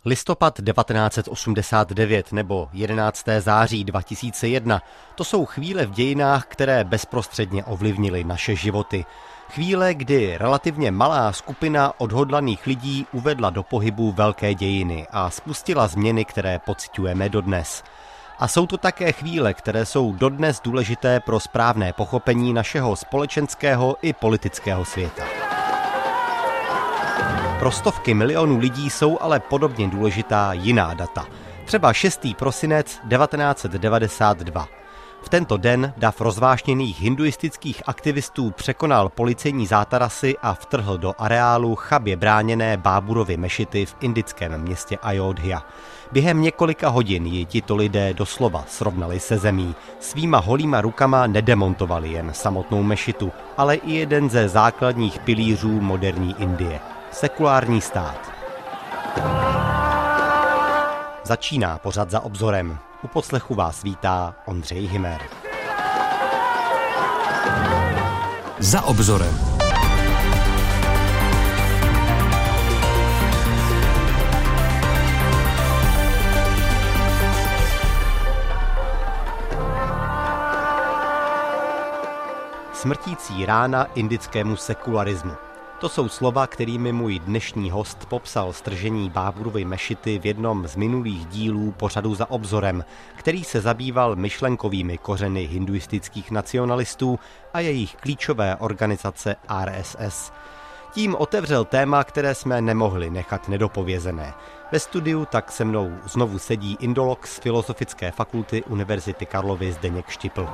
Listopad 1989 nebo 11. září 2001, to jsou chvíle v dějinách, které bezprostředně ovlivnily naše životy. Chvíle, kdy relativně malá skupina odhodlaných lidí uvedla do pohybu velké dějiny a spustila změny, které pociťujeme dodnes. A jsou to také chvíle, které jsou dodnes důležité pro správné pochopení našeho společenského i politického světa. Pro stovky milionů lidí jsou ale podobně důležitá jiná data. Třeba 6. prosinec 1992. V tento den dav rozvášněných hinduistických aktivistů překonal policejní zátarasy a vtrhl do areálu chabě bráněné Báburovy mešity v indickém městě Ayodhya. Během několika hodin ji tito lidé doslova srovnali se zemí. Svýma holýma rukama nedemontovali jen samotnou mešitu, ale i jeden ze základních pilířů moderní Indie. Sekulární stát. Začíná pořad Za obzorem. U poslechu vás vítá Ondřej Hymer. Za obzorem. Smrtící rána indickému sekularismu. To jsou slova, kterými můj dnešní host popsal stržení Báburovy mešity v jednom z minulých dílů pořadu Za obzorem, který se zabýval myšlenkovými kořeny hinduistických nacionalistů a jejich klíčové organizace RSS. Tím otevřel téma, které jsme nemohli nechat nedopovězené. Ve studiu tak se mnou znovu sedí indolog z Filozofické fakulty Univerzity Karlovy Zdeněk Štipl.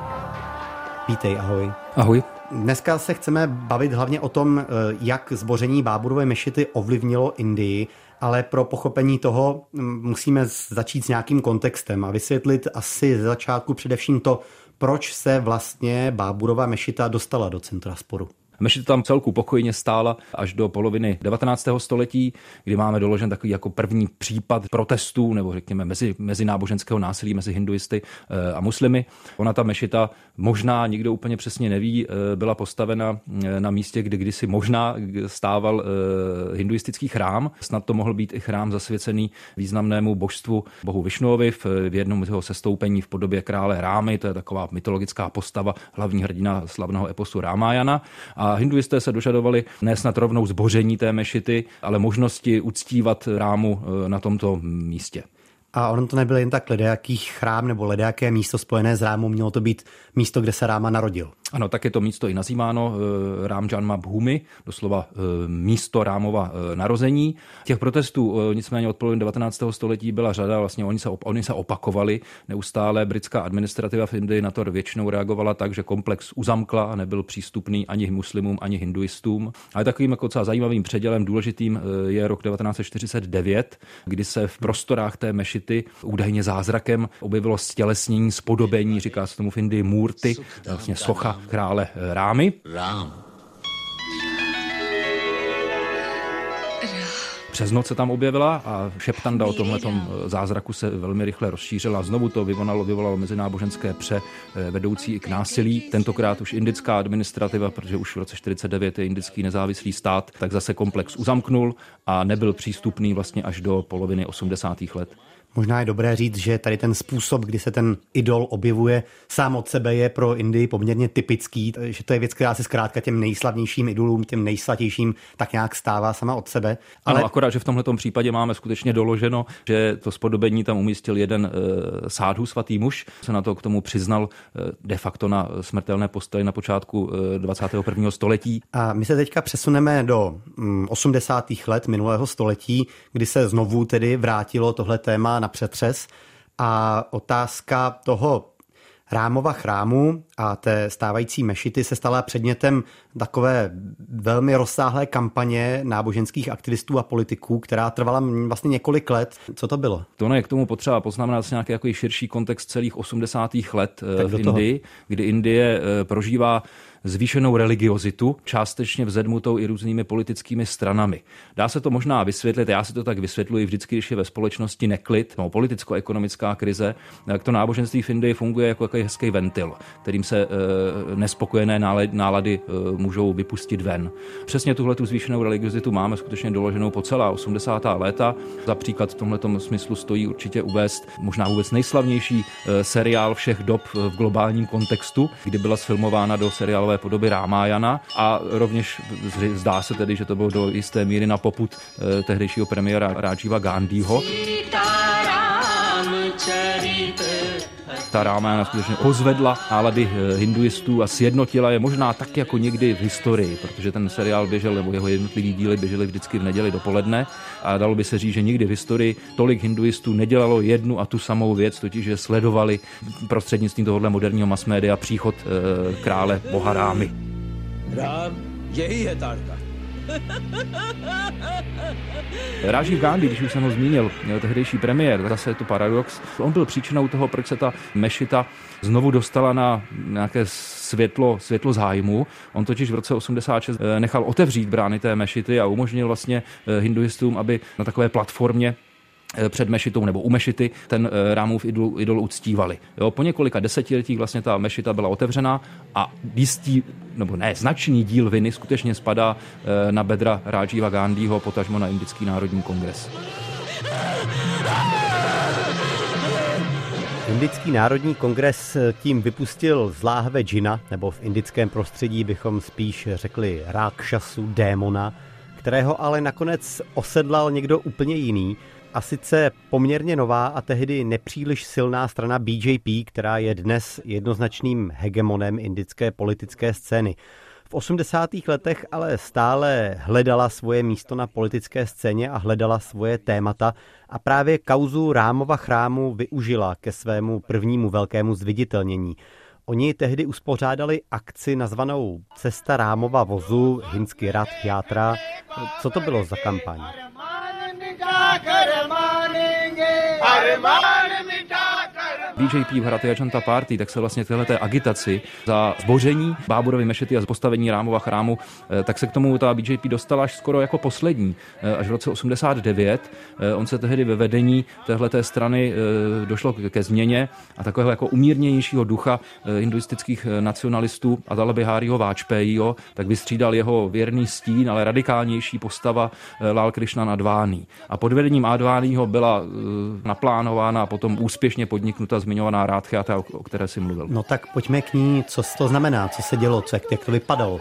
Vítej, ahoj. Ahoj. Dneska se chceme bavit hlavně o tom, jak zboření Báburovy mešity ovlivnilo Indii, ale pro pochopení toho musíme začít s nějakým kontextem a vysvětlit asi ze začátku především to, proč se vlastně Báburova mešita dostala do centra sporu. Mešita tam celku pokojně stála až do poloviny 19. století, kdy máme doložen takový jako první případ protestů nebo řekněme mezináboženského násilí mezi hinduisty a muslimy. Ona ta mešita, možná nikdo úplně přesně neví, byla postavena na místě, kde kdysi možná stával hinduistický chrám. Snad to mohl být i chrám zasvěcený významnému božstvu bohu Višnuovi v jednom z jeho sestoupení v podobě krále Rámy, to je taková mytologická postava, hlavní hrdina slavného eposu Rámájana. A hinduisté se dožadovali ne snad rovnou zboření té mešity, ale možnosti uctívat Rámu na tomto místě. A on to nebyl jen tak ledajaký chrám nebo ledajaké místo spojené s Rámou, mělo to být místo, kde se Ráma narodil. Ano, tak je to místo i nazýváno Rám Janma Bhumi, doslova místo Rámova narození. Těch protestů nicméně od poloviny 19. století byla řada, vlastně oni se opakovali neustále. Britská administrativa v Indii na to většinou reagovala tak, že komplex uzamkla a nebyl přístupný ani muslimům, ani hinduistům. Ale takovým jako docela zajímavým předělem důležitým je rok 1949, kdy se v prostorách té mešity údajně zázrakem objevilo stělesnění, spodobení, říká se tomu v Indii Murty, vlastně socha krále Rámy. Přes noc se tam objevila a šeptanda o tomhletom zázraku se velmi rychle rozšířila. Znovu to vyvolalo mezináboženské pře vedoucí i k násilí. Tentokrát už indická administrativa, protože už v roce 1949 je indický nezávislý stát, tak zase komplex uzamknul a nebyl přístupný vlastně až do poloviny 80. let. Možná je dobré říct, že tady ten způsob, kdy se ten idol objevuje sám od sebe, je pro Indii poměrně typický, že to je věc, která se zkrátka těm nejslavnějším idolům, těm nejsvatějším tak nějak stává sama od sebe. Ale ano, akorát, že v tomhletom případě máme skutečně doloženo, že to spodobení tam umístil jeden sádhu, svatý muž, se na to k tomu přiznal de facto na smrtelné posteli na počátku 21. století. A my se teďka přesuneme do 80. let minulého století, kdy se znovu tedy vrátilo tohle téma na přetřes a otázka toho Rámova chrámu a té stávající mešity se stala předmětem takové velmi rozsáhlé kampaně náboženských aktivistů a politiků, která trvala vlastně několik let. Co to bylo? To je k tomu potřeba poznamenat nějaký jako širší kontext celých 80. let v Indii, kdy Indie prožívá zvýšenou religiozitu, částečně vzedmutou i různými politickými stranami. Dá se to možná vysvětlit, já si to tak vysvětluji vždycky, když je ve společnosti neklid, no, politicko-ekonomická krize, tak to náboženství v Indii funguje jako hezký ventil, kterým se nespokojené nálady můžou vypustit ven. Přesně tuhletu zvýšenou religiozitu máme skutečně doloženou po celá 80. léta. Za příklad v tomhletom smyslu stojí určitě uvést možná vůbec nejslavnější seriál všech dob v globálním kontextu, kdy byla sfilmována do seriálové podoby Rámájana a rovněž zdá se tedy, že to bylo do jisté míry na popud tehdejšího premiéra Rájiva Gandhiho. Ta Rámájana skutečně pozvedla nálady hinduistů a sjednotila je možná tak jako někdy v historii, protože ten seriál běžel, nebo jeho jednotlivý díly běžely vždycky v neděli dopoledne a dalo by se říct, že nikdy v historii tolik hinduistů nedělalo jednu a tu samou věc, totiž že sledovali prostřednictvím tohohle moderního mass media příchod krále boha Rámy. Rám, její je tárka. Rajiv Gandhi, když už jsem ho zmínil, tehdejší premiér, zase je to paradox, on byl příčinou toho, proč se ta mešita znovu dostala na nějaké světlo zájmu. On totiž v roce 86 nechal otevřít brány té mešity a umožnil vlastně hinduistům, aby na takové platformě před mešitou nebo u mešity ten Rámův idol uctívali. Jo, po několika desetiletích vlastně ta mešita byla otevřená a značný díl viny skutečně spadá na bedra Rajiva Gandhiho, potažmo na Indický národní kongres. Indický národní kongres tím vypustil z láhve džina, nebo v indickém prostředí bychom spíš řekli rákšasu, démona, kterého ale nakonec osedlal někdo úplně jiný, a sice poměrně nová a tehdy nepříliš silná strana BJP, která je dnes jednoznačným hegemonem indické politické scény. V 80. letech ale stále hledala svoje místo na politické scéně a hledala svoje témata a právě kauzu Rámova chrámu využila ke svému prvnímu velkému zviditelnění. Oni tehdy uspořádali akci nazvanou Cesta Rámova vozu, hindsky Rath Yatra. Co to bylo za kampaň? BJP v Bharatiya Janata Party, tak se vlastně téhleté agitaci za zboření Báburovy mešity a postavení Rámova chrámu, tak se k tomu ta BJP dostala až skoro jako poslední. Až v roce 89 on se tehdy ve vedení téhleté strany došlo ke změně a takového jako umírněnějšího ducha hinduistických nacionalistů Atala Bihariho Váčpéjího, tak vystřídal jeho věrný stín, ale radikálnější postava Lal Krishna Advani. A pod vedením Advaniho byla naplánována a potom úspěšně podniknuta zmiňovaná Rath Yatra, o které si mluvil. No tak pojďme k ní, co to znamená, co se dělo, jak to vypadalo.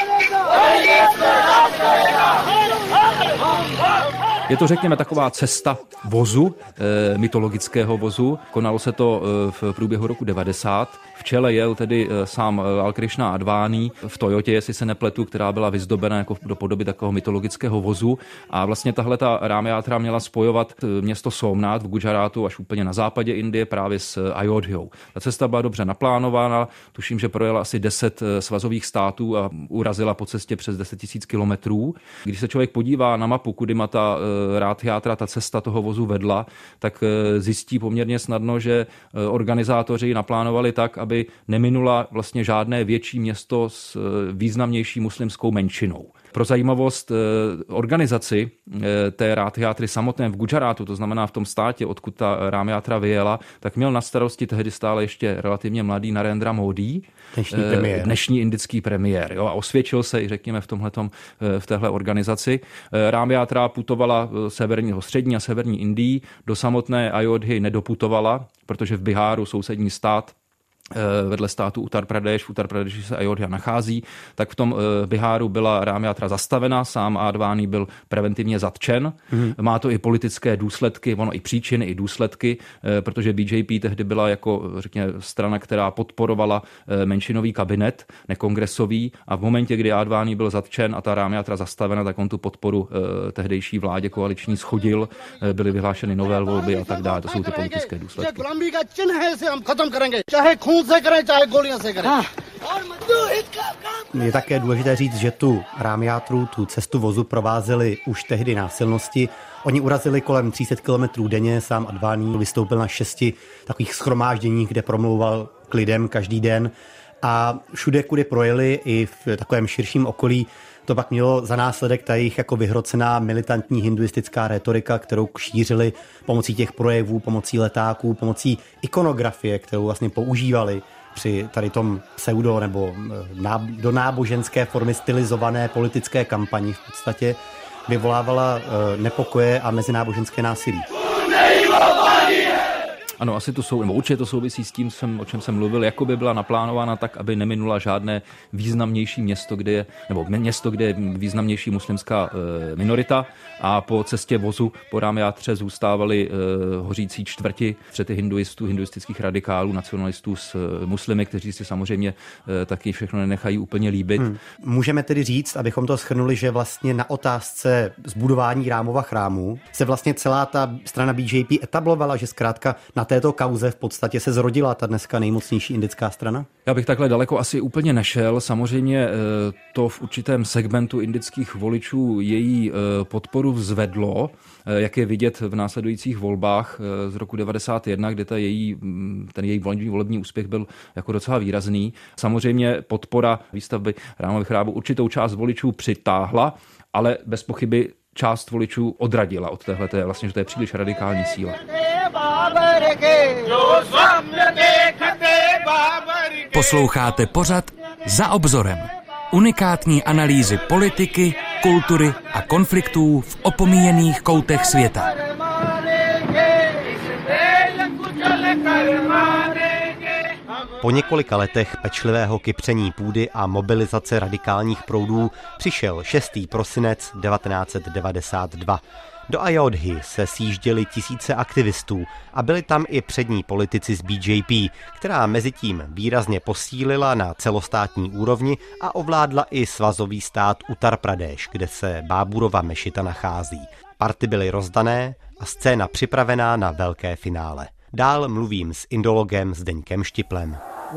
Je to, řekněme, taková cesta vozu, mytologického vozu. Konalo se to v průběhu roku 90. V čele jel tedy sám Lal Krishna Advani v Toyotě, jestli se nepletu, která byla vyzdobena jako do podoby takového mytologického vozu. A vlastně tahle ta Rám Yatra měla spojovat město Somnath v Gujarátu až úplně na západě Indie právě s Ayodhyou. Ta cesta byla dobře naplánována, tuším, že projela asi 10 svazových států a urazila po cestě přes 10 000 kilometrů. Když se člověk podívá na mapu, kudy má ta Rath Yatra, ta cesta toho vozu vedla, tak zjistí poměrně snadno, že organizátoři naplánovali tak, aby neminula vlastně žádné větší město s významnější muslimskou menšinou. Pro zajímavost, organizaci té Rath Yatry samotné v Gujarátu, to znamená v tom státě, odkud ta Rám Yatra vyjela, tak měl na starosti tehdy stále ještě relativně mladý Narendra Modi, dnešní indický premiér. Jo, a osvědčil se i, řekněme, v téhle organizaci. Rám Yatra putovala střední a severní Indii, do samotné Ayodhyi nedoputovala, protože v Biháru, sousední stát, vedle státu Uttar Pradesh, v Uttar Pradeshi se Ayodhya nachází, tak v tom Biháru byla Rám Yatra zastavena, sám Advani byl preventivně zatčen. Má to i politické důsledky, ono i příčiny, i důsledky, protože BJP tehdy byla jako, řekněme, strana, která podporovala menšinový kabinet, nekongresový, a v momentě, kdy Advani byl zatčen a ta Rám Yatra zastavena, tak on tu podporu tehdejší vládě koaliční shodil, byly vyhlášeny nové volby a tak dále. To jsou ty politické důsledky. Je také důležité říct, že tu Rám Yatru, tu cestu vozu provázeli už tehdy násilnosti. Oni urazili kolem 300 km denně, sám Advani vystoupil na 6 takových shromážděních, kde promlouval k lidem každý den. A všude, kudy projeli, i v takovém širším okolí, to pak mělo za následek ta jejich jako vyhrocená militantní hinduistická retorika, kterou šířili pomocí těch projevů, pomocí letáků, pomocí ikonografie, kterou vlastně používali při tady tom pseudo nebo do náboženské formy stylizované politické kampani. V podstatě vyvolávala nepokoje a mezináboženské násilí. Ano, asi to nebo určitě to souvisí s tím, o čem jsem mluvil, jako by byla naplánována tak, aby neminula žádné významnější město, kde je významnější muslimská minorita, a po cestě vozu po Rámjátře zůstávaly hořící čtvrti, střety hinduistických radikálů, nacionalistů s muslimy, kteří si samozřejmě taky všechno nenechají úplně líbit. Můžeme tedy říct, abychom to shrnuli, že vlastně na otázce zbudování Rámova chrámu se vlastně celá ta strana BJP etablovala, že zkrátka na této kauze v podstatě se zrodila ta dneska nejmocnější indická strana? Já bych takhle daleko asi úplně nešel. Samozřejmě to v určitém segmentu indických voličů její podporu vzvedlo, jak je vidět v následujících volbách z roku 1991, kde ten její volební úspěch byl jako docela výrazný. Samozřejmě podpora výstavby Rámových chrámů určitou část voličů přitáhla, ale bez pochyby část voličů odradila od téhleté, vlastně, že to je příliš radikální síla. Posloucháte pořad Za obzorem. Unikátní analýzy politiky, kultury a konfliktů v opomíjených koutech světa. Po několika letech pečlivého kypření půdy a mobilizace radikálních proudů přišel 6. prosinec 1992. Do Ajodhy se sjížděli tisíce aktivistů a byli tam i přední politici z BJP, která mezitím výrazně posílila na celostátní úrovni a ovládla i svazový stát Uttar Pradesh, kde se Báburova mešita nachází. Party byly rozdané a scéna připravená na velké finále. Dál mluvím s indologem Zdeňkem Štiplem.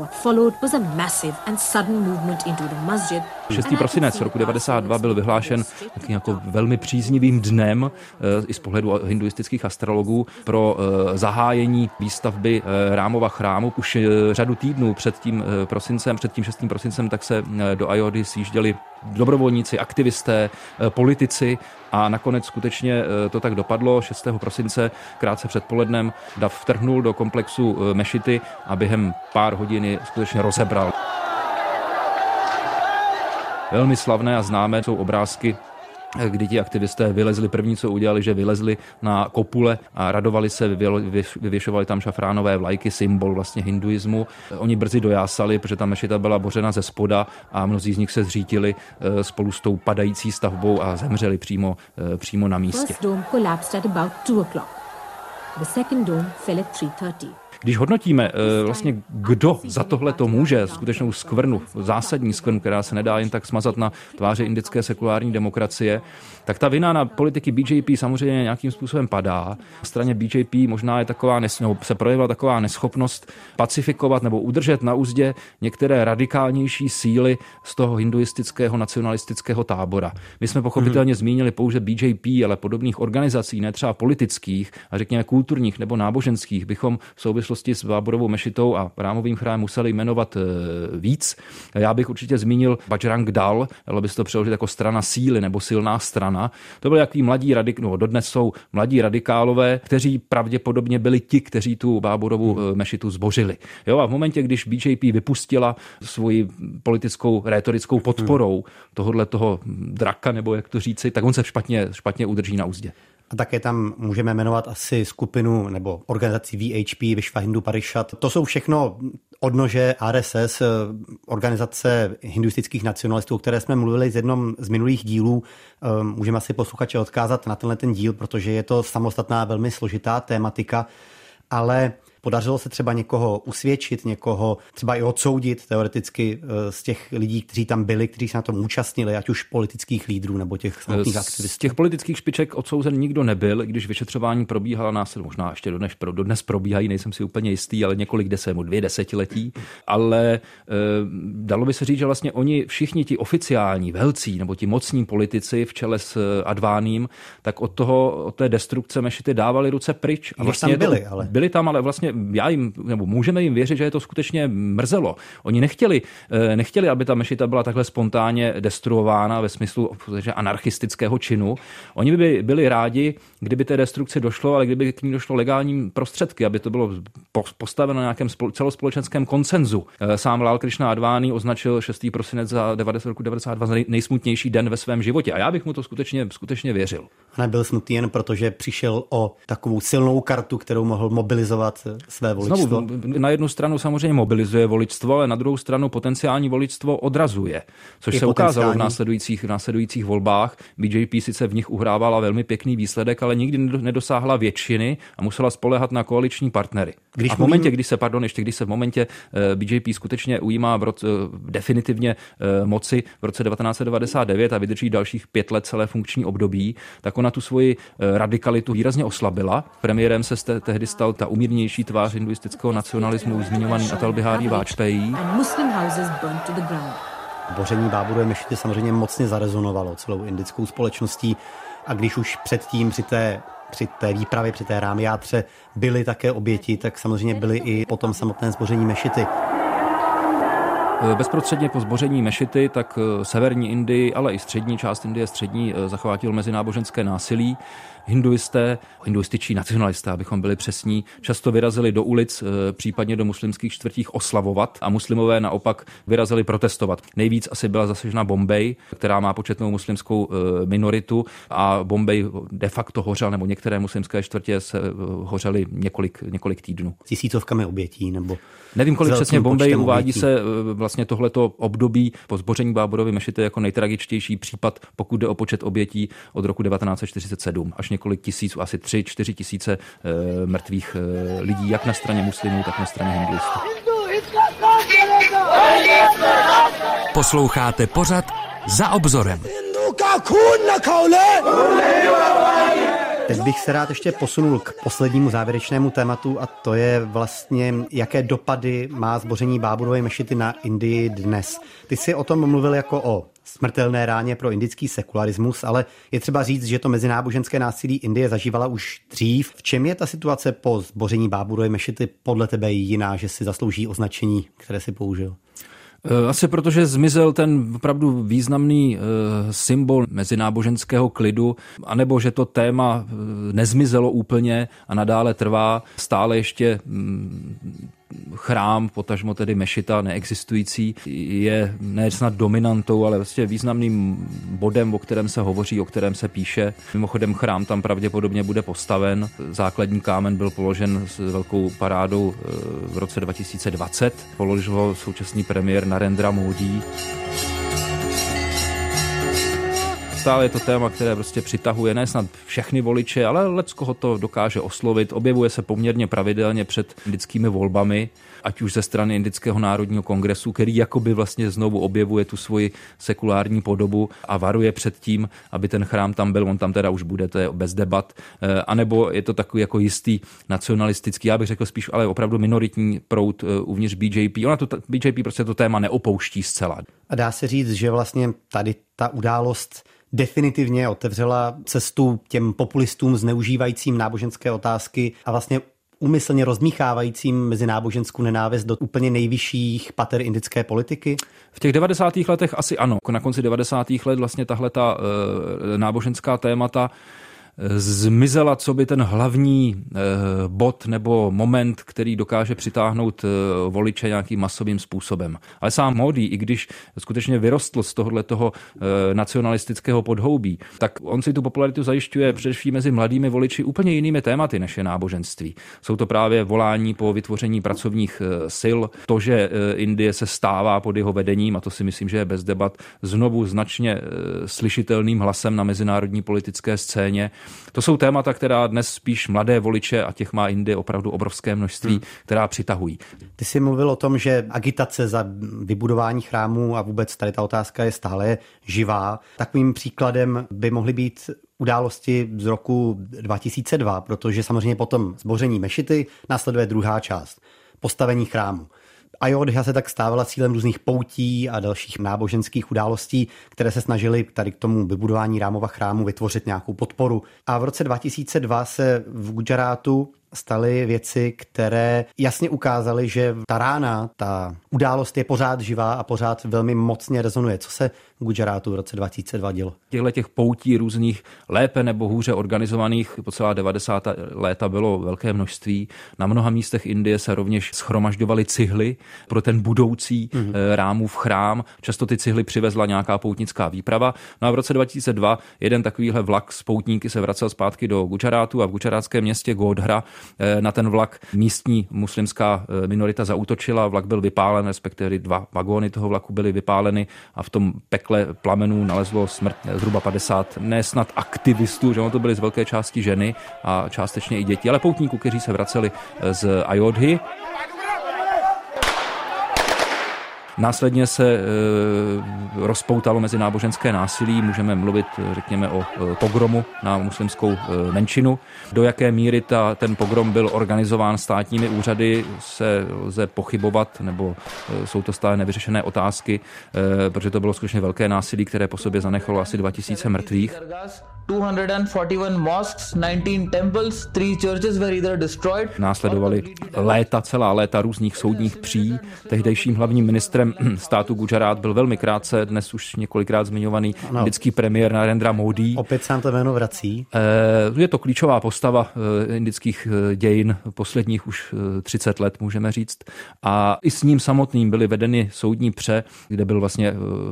6. prosinec roku 1992 byl vyhlášen takým jako velmi příznivým dnem i z pohledu hinduistických astrologů pro zahájení výstavby Rámova chrámu. Už řadu týdnů před tím 6. prosincem, tak se do Ajodhy sjížděli dobrovolníci, aktivisté, politici a nakonec skutečně to tak dopadlo. 6. prosince krátce před polednem dav vtrhnul do komplexu mešity a během pár hodin skutečně rozebral. Velmi slavné a známé jsou obrázky, kdy ti aktivisté vylezli, první, co udělali, že vylezli na kopule a radovali se, vyvěšovali tam šafránové vlajky, symbol vlastně hinduismu. Oni brzy dojásali, protože ta mešita byla bořena ze spoda a mnozí z nich se zřítili spolu s tou padající stavbou a zemřeli přímo na místě. Když hodnotíme vlastně, kdo za tohle to může, skutečnou skvrnu, zásadní skvrnu, která se nedá jen tak smazat na tváři indické sekulární demokracie, tak ta vina na politiky BJP samozřejmě nějakým způsobem padá. Na straně BJP možná je se projevila taková neschopnost pacifikovat nebo udržet na uzdě některé radikálnější síly z toho hinduistického nacionalistického tábora. My jsme pochopitelně zmínili pouze BJP, ale podobných organizací, ne třeba politických a řekněme kulturních nebo náboženských, bychom v souvislosti s Báburovou mešitou a Rámovým chrámem museli jmenovat víc. Já bych určitě zmínil Bajrang Dal, dalo by se to přeložit jako strana síly nebo silná strana. To byli jaký dodnes jsou mladí radikálové, kteří pravděpodobně byli ti, kteří tu Báburovu mešitu zbořili. Jo, a v momentě, když BJP vypustila svoji politickou rétorickou podporou toho draka, nebo jak to říci, tak on se špatně udrží na uzdě. A také tam můžeme jmenovat asi skupinu nebo organizaci VHP, Vishva Hindu Parishad. To jsou všechno odnože RSS, organizace hinduistických nacionalistů, o které jsme mluvili z jednom z minulých dílů. Můžeme asi posluchače odkázat na ten díl, protože je to samostatná velmi složitá tématika, ale podařilo se třeba někoho usvědčit, někoho třeba i odsoudit teoreticky z těch lidí, kteří tam byli, kteří se na tom účastnili, ať už politických lídrů nebo těch samotných aktivistů. Z těch politických špiček odsouzen nikdo nebyl, když vyšetřování probíhala následně, možná ještě dodnes probíhají, nejsem si úplně jistý, ale několik 2 desetiletí. Ale dalo by se říct, že vlastně oni všichni ti oficiální, velcí nebo ti mocní politici v čele s Adváním, tak od té destrukce mešity dávali ruce pryč. A vlastně byli, byli tam, ale vlastně můžeme jim věřit, že je to skutečně mrzelo. Oni nechtěli, aby ta mešita byla takhle spontánně destruována ve smyslu anarchistického činu. Oni by byli rádi, kdyby té destrukci došlo, ale kdyby k ní došlo legálním prostředky, aby to bylo postaveno na nějakém celospolečenském konsenzu. Sám Lal Krishna Advani označil 6. prosinec za roku 92 za nejsmutnější den ve svém životě. A já bych mu to skutečně věřil. Nebyl smutný jen proto, že přišel o takovou silnou kartu, kterou mohl mobilizovat své voličstvo. Znovu, na jednu stranu samozřejmě mobilizuje voličstvo, ale na druhou stranu potenciální voličstvo odrazuje. Což se ukázalo v následujících volbách. BJP sice v nich uhrávala velmi pěkný výsledek, ale nikdy nedosáhla většiny a musela spoléhat na koaliční partnery. V momentě, kdy se v momentě BJP skutečně ujímá definitivně moci v roce 1999 a vydrží dalších 5 let celé funkční období, tak ona tu svoji radikalitu výrazně oslabila. Premiérem se tehdy stal ta umírnější tvář hinduistického nacionalismu, zmiňovaný Atal Bihari Vajpayee. Boření Báburové mešity samozřejmě mocně zarezonovalo celou indickou společností a když už předtím při té výpravě, při té rámjátře byly také oběti, tak samozřejmě byly i potom samotné zboření mešity. Bezprostředně po zboření mešity, tak severní Indii, ale i střední část Indie zachvátilo mezináboženské násilí. Hinduističtí nacionalisté, abychom byli přesní, často vyrazili do ulic, případně do muslimských čtvrtích oslavovat a muslimové naopak vyrazili protestovat. Nejvíc asi byla zasažena Bombay, která má početnou muslimskou minoritu a Bombay de facto hořel, nebo některé muslimské čtvrtě se hořely několik týdnů. Tisícovkami obětí nebo... Nevím, kolik přesně Bombay, uvádí se vlastně tohleto období po zboření Báburovy mešity jako nejtragičtější případ, pokud jde o počet obětí od roku 1947. Až několik tisíc, asi 3-4 tisíce mrtvých lidí, jak na straně muslimů, tak na straně hinduistů. Posloucháte pořad Za obzorem. Teď bych se rád ještě posunul k poslednímu závěrečnému tématu a to je vlastně, jaké dopady má zboření Báburovy mešity na Indii dnes. Ty jsi o tom mluvil jako o smrtelné ráně pro indický sekularismus, ale je třeba říct, že to mezináboženské násilí Indie zažívala už dřív. V čem je ta situace po zboření Báburovy mešity podle tebe jiná, že si zaslouží označení, které si použil? Asi protože zmizel ten opravdu významný symbol mezináboženského klidu, anebo že to téma nezmizelo úplně a nadále trvá. Stále ještě chrám, potažmo tedy mešita neexistující, je ne snad dominantou, ale vlastně významným bodem, o kterém se hovoří, o kterém se píše. Mimochodem chrám tam pravděpodobně bude postaven. Základní kámen byl položen s velkou parádou v roce 2020. Položil ho současný premiér Narendra Modi. Stále je to téma, které prostě přitahuje ne snad všechny voliče, ale leckoho to dokáže oslovit. Objevuje se poměrně pravidelně před indickými volbami, ať už ze strany Indického národního kongresu, který jakoby vlastně znovu objevuje tu svoji sekulární podobu a varuje před tím, aby ten chrám tam byl, on tam teda už bude, to je bez debat, anebo je to takový jako jistý nacionalistický, já bych řekl spíš, ale opravdu minoritní proud uvnitř BJP. BJP prostě to téma neopouští zcela. A dá se říct, že vlastně tady ta událost definitivně otevřela cestu těm populistům zneužívajícím náboženské otázky a vlastně úmyslně rozmíchávajícím mezináboženskou nenávist do úplně nejvyšších pater indické politiky? V těch 90. letech asi ano. Na konci 90. let vlastně tahleta náboženská témata zmizela, co by ten hlavní bod nebo moment, který dokáže přitáhnout voliče nějakým masovým způsobem. Ale sám Modi, i když skutečně vyrostl z tohoto nacionalistického podhoubí, tak on si tu popularitu zajišťuje především mezi mladými voliči úplně jinými tématy, než je náboženství. Jsou to právě volání po vytvoření pracovních sil, to, že Indie se stává pod jeho vedením, a to si myslím, že je bez debat, znovu značně slyšitelným hlasem na mezinárodní politické scéně. To jsou témata, která dnes spíš mladé voliče, a těch má Indie opravdu obrovské množství, která přitahují. Ty jsi mluvil o tom, že agitace za vybudování chrámů a vůbec tady ta otázka je stále živá. Takovým příkladem by mohly být události z roku 2002, protože samozřejmě potom zboření mešity následuje druhá část, postavení chrámu. Ayodhya se tak stávala cílem různých poutí a dalších náboženských událostí, které se snažily tady k tomu vybudování Rámova chrámu vytvořit nějakou podporu. A v roce 2002 se v Gujarátu staly věci, které jasně ukázaly, že ta rána, ta událost je pořád živá a pořád velmi mocně rezonuje. Co se v Gujarátu v roce 2002 dělo? Těch poutí různých lépe nebo hůře organizovaných po celá 90. léta bylo velké množství. Na mnoha místech Indie se rovněž shromažďovaly cihly pro ten budoucí rámův chrám. Často ty cihly přivezla nějaká poutnická výprava. No a v roce 2002 jeden takovýhle vlak s poutníky se vracel zpátky do Gujarátu a v gujarátském městě Godhra na ten vlak místní muslimská minorita zaútočila. Vlak byl vypálen, respektive 2 vagóny toho vlaku byly vypáleny a v tom pekle plamenů nalezlo smrt zhruba 50 nesnad aktivistů, že ono to byly z velké části ženy a částečně i děti, ale poutníků, kteří se vraceli z Ayodhy. Následně se rozpoutalo mezináboženské násilí, můžeme mluvit, řekněme, o pogromu na muslimskou menšinu. Do jaké míry ten pogrom byl organizován státními úřady, se lze pochybovat, nebo jsou to stále nevyřešené otázky, protože to bylo skutečně velké násilí, které po sobě zanechalo asi 2000 mrtvých. 241 mosques, 19 temples, 3 churches were either destroyed. Následovaly celá léta různých soudních pří. Tehdejším hlavním ministrem státu Gujarát byl velmi krátce, dnes už několikrát zmiňovaný indický premiér Narendra Modi. Opět se nám to jméno vrací. Je to klíčová postava indických dějin posledních už 30 let, můžeme říct. A i s ním samotným byly vedeny soudní pře, kde byl vlastně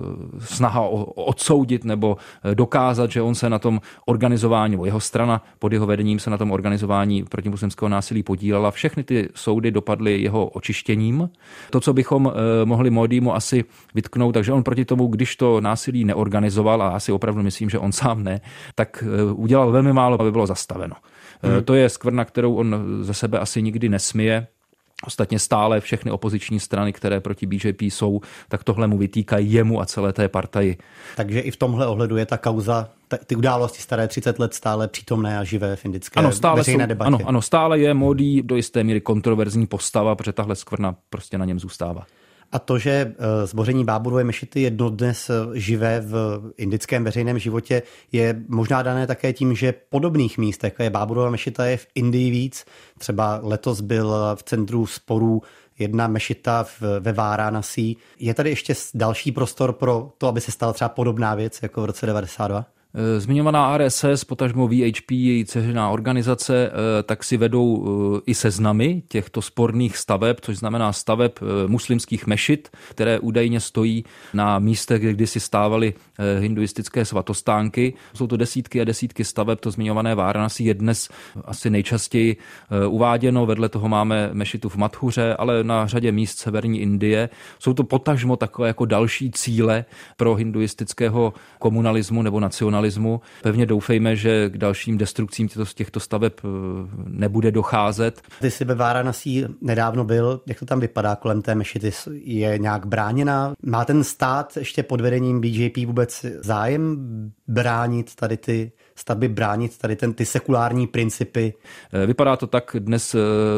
snaha odsoudit nebo dokázat, že on se na tom organizování, nebo jeho strana pod jeho vedením se na tom organizování protimuslimského násilí podílela. Všechny ty soudy dopadly jeho očištěním. To, co bychom mohli Modimu asi vytknout, takže on proti tomu, když to násilí neorganizoval, a já si opravdu myslím, že on sám ne, tak udělal velmi málo, aby bylo zastaveno. To je skvrna, kterou on ze sebe asi nikdy nesmije. Ostatně stále všechny opoziční strany, které proti BJP jsou, tak tohle mu vytýkají jemu a celé té partaji. Takže i v tomhle ohledu je ta kauza, ty události staré 30 let stále přítomné a živé v indické veřejné debatě. Ano, stále je Modi do jisté míry kontroverzní postava, protože tahle skvrna prostě na něm zůstává. A to, že zboření Báburové mešity je dodnes živé v indickém veřejném životě, je možná dané také tím, že podobných míst, jako je Báburova mešita, je v Indii víc. Třeba letos byl v centru sporů jedna mešita ve Varanasi. Je tady ještě další prostor pro to, aby se stala třeba podobná věc jako v roce 92? Zmiňovaná RSS, potažmo VHP, její dceřiná organizace, tak si vedou i seznamy těchto sporných staveb, což znamená staveb muslimských mešit, které údajně stojí na místech, kde kdysi stávaly hinduistické svatostánky. Jsou to desítky a desítky staveb, to zmiňované Varanasi je dnes asi nejčastěji uváděno. Vedle toho máme mešitu v Mathuře, ale na řadě míst severní Indie. Jsou to potažmo takové jako další cíle pro hinduistického komunalismu nebo nacionalismu. Pevně doufejme, že k dalším destrukcím těchto staveb nebude docházet. Ty jsi ve Varanasi nedávno byl, jak to tam vypadá kolem té mešity? Je nějak bráněná? Má ten stát ještě pod vedením BJP vůbec zájem bránit tady ty stavby, bránit tady ty sekulární principy? Vypadá to tak dnes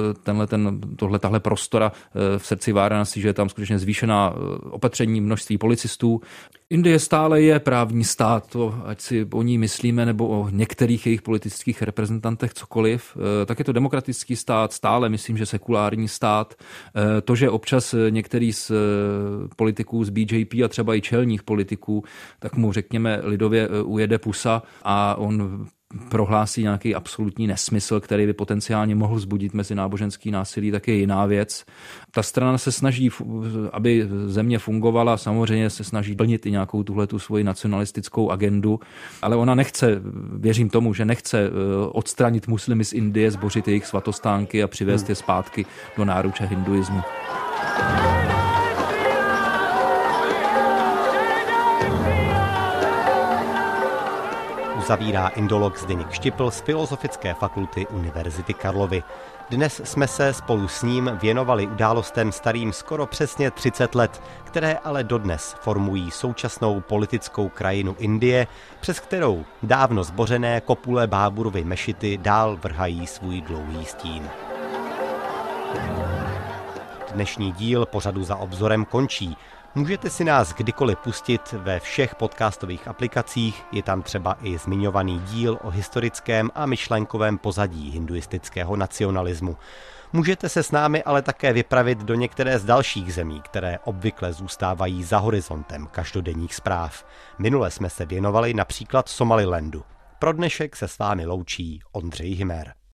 tahle prostora v srdci Varanasi, že je tam skutečně zvýšená opatření množství policistů. Indie stále je právní stát, to ať si o ní myslíme, nebo o některých jejich politických reprezentantech cokoliv, tak je to demokratický stát, stále myslím, že sekulární stát. To, že občas některý z politiků z BJP a třeba i čelních politiků, tak mu řekněme lidově ujede pusa a on prohlásí nějaký absolutní nesmysl, který by potenciálně mohl vzbudit mezináboženský násilí, tak je jiná věc. Ta strana se snaží, aby země fungovala, samozřejmě se snaží plnit i nějakou tuhletu svoji nacionalistickou agendu, ale ona nechce, věřím tomu, že nechce odstranit muslimy z Indie, zbořit jejich svatostánky a přivést je zpátky do náruče hinduismu. Zavírá indolog Zdeněk Štipl z Filozofické fakulty Univerzity Karlovy. Dnes jsme se spolu s ním věnovali událostem starým skoro přesně 30 let, které ale dodnes formují současnou politickou krajinu Indie, přes kterou dávno zbořené kopule Báburovy mešity dál vrhají svůj dlouhý stín. Dnešní díl pořadu Za obzorem končí. Můžete si nás kdykoliv pustit ve všech podcastových aplikacích, je tam třeba i zmiňovaný díl o historickém a myšlenkovém pozadí hinduistického nacionalismu. Můžete se s námi ale také vypravit do některé z dalších zemí, které obvykle zůstávají za horizontem každodenních zpráv. Minule jsme se věnovali například Somalilandu. Pro dnešek se s vámi loučí Ondřej Hymer.